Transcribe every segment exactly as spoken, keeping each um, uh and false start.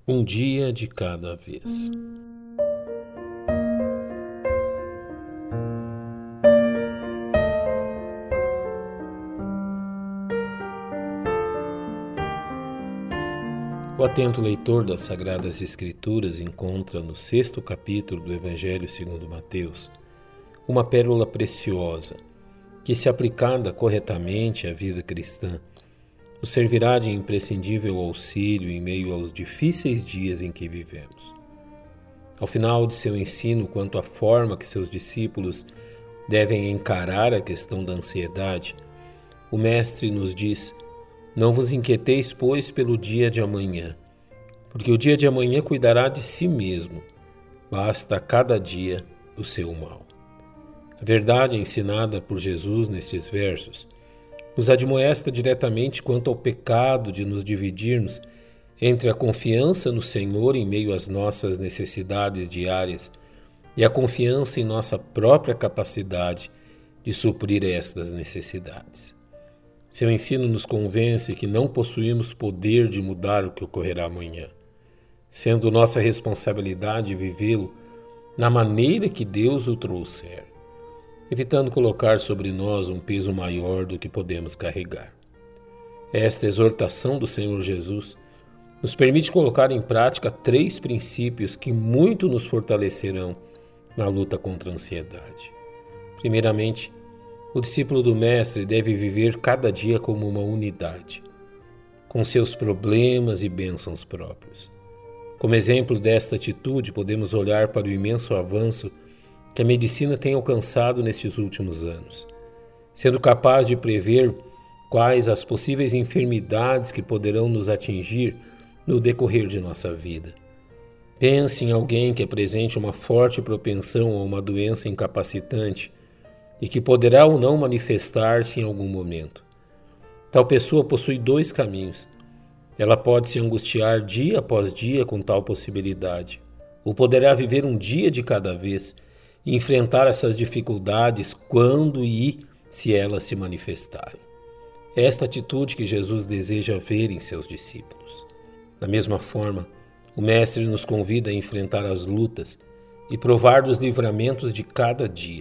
Um dia de cada vez. O atento leitor das Sagradas Escrituras encontra no sexto capítulo do Evangelho segundo Mateus uma pérola preciosa que, se aplicada corretamente à vida cristã, nos servirá de imprescindível auxílio em meio aos difíceis dias em que vivemos. Ao final de seu ensino quanto à forma que seus discípulos devem encarar a questão da ansiedade, o Mestre nos diz: não vos inquieteis, pois, pelo dia de amanhã, porque o dia de amanhã cuidará de si mesmo, basta a cada dia o seu mal. A verdade ensinada por Jesus nestes versos nos admoesta diretamente quanto ao pecado de nos dividirmos entre a confiança no Senhor em meio às nossas necessidades diárias e a confiança em nossa própria capacidade de suprir estas necessidades. Seu ensino nos convence que não possuímos poder de mudar o que ocorrerá amanhã, sendo nossa responsabilidade vivê-lo na maneira que Deus o trouxer, evitando colocar sobre nós um peso maior do que podemos carregar. Esta exortação do Senhor Jesus nos permite colocar em prática três princípios que muito nos fortalecerão na luta contra a ansiedade. Primeiramente, o discípulo do Mestre deve viver cada dia como uma unidade, com seus problemas e bênçãos próprios. Como exemplo desta atitude, podemos olhar para o imenso avanço que a medicina tem alcançado nestes últimos anos, sendo capaz de prever quais as possíveis enfermidades que poderão nos atingir no decorrer de nossa vida. Pense em alguém que apresente uma forte propensão a uma doença incapacitante e que poderá ou não manifestar-se em algum momento. Tal pessoa possui dois caminhos. Ela pode se angustiar dia após dia com tal possibilidade, ou poderá viver um dia de cada vez e enfrentar essas dificuldades quando e se elas se manifestarem. É esta atitude que Jesus deseja ver em seus discípulos. Da mesma forma, o Mestre nos convida a enfrentar as lutas e provar dos livramentos de cada dia,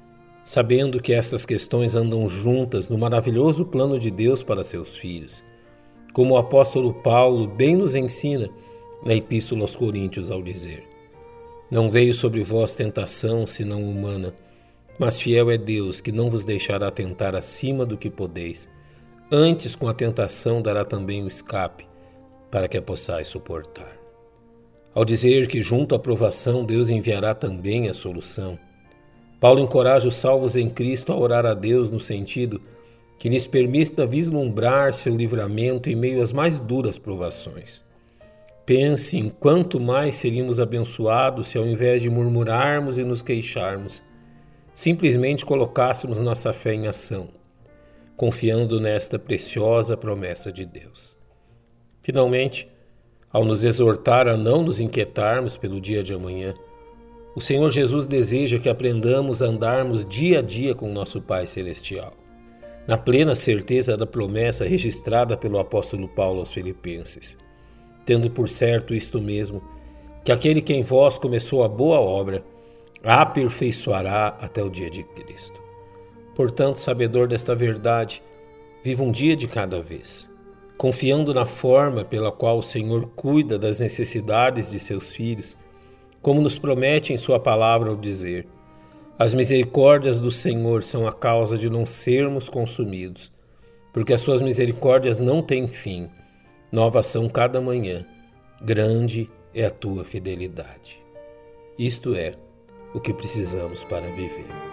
sabendo que estas questões andam juntas no maravilhoso plano de Deus para seus filhos, como o apóstolo Paulo bem nos ensina na Epístola aos Coríntios ao dizer: não veio sobre vós tentação senão humana, mas fiel é Deus, que não vos deixará tentar acima do que podeis. Antes, com a tentação, dará também o escape, para que a possais suportar. Ao dizer que junto à provação Deus enviará também a solução, Paulo encoraja os salvos em Cristo a orar a Deus no sentido que lhes permita vislumbrar seu livramento em meio às mais duras provações. Pense em quanto mais seríamos abençoados se, ao invés de murmurarmos e nos queixarmos, simplesmente colocássemos nossa fé em ação, confiando nesta preciosa promessa de Deus. Finalmente, ao nos exortar a não nos inquietarmos pelo dia de amanhã, o Senhor Jesus deseja que aprendamos a andarmos dia a dia com nosso Pai Celestial, na plena certeza da promessa registrada pelo apóstolo Paulo aos Filipenses, tendo por certo isto mesmo, que aquele que em vós começou a boa obra, a aperfeiçoará até o dia de Cristo. Portanto, sabedor desta verdade, viva um dia de cada vez, confiando na forma pela qual o Senhor cuida das necessidades de seus filhos, como nos promete em sua palavra ao dizer: as misericórdias do Senhor são a causa de não sermos consumidos, porque as suas misericórdias não têm fim. Novas são cada manhã, grande é a tua fidelidade. Isto é o que precisamos para viver.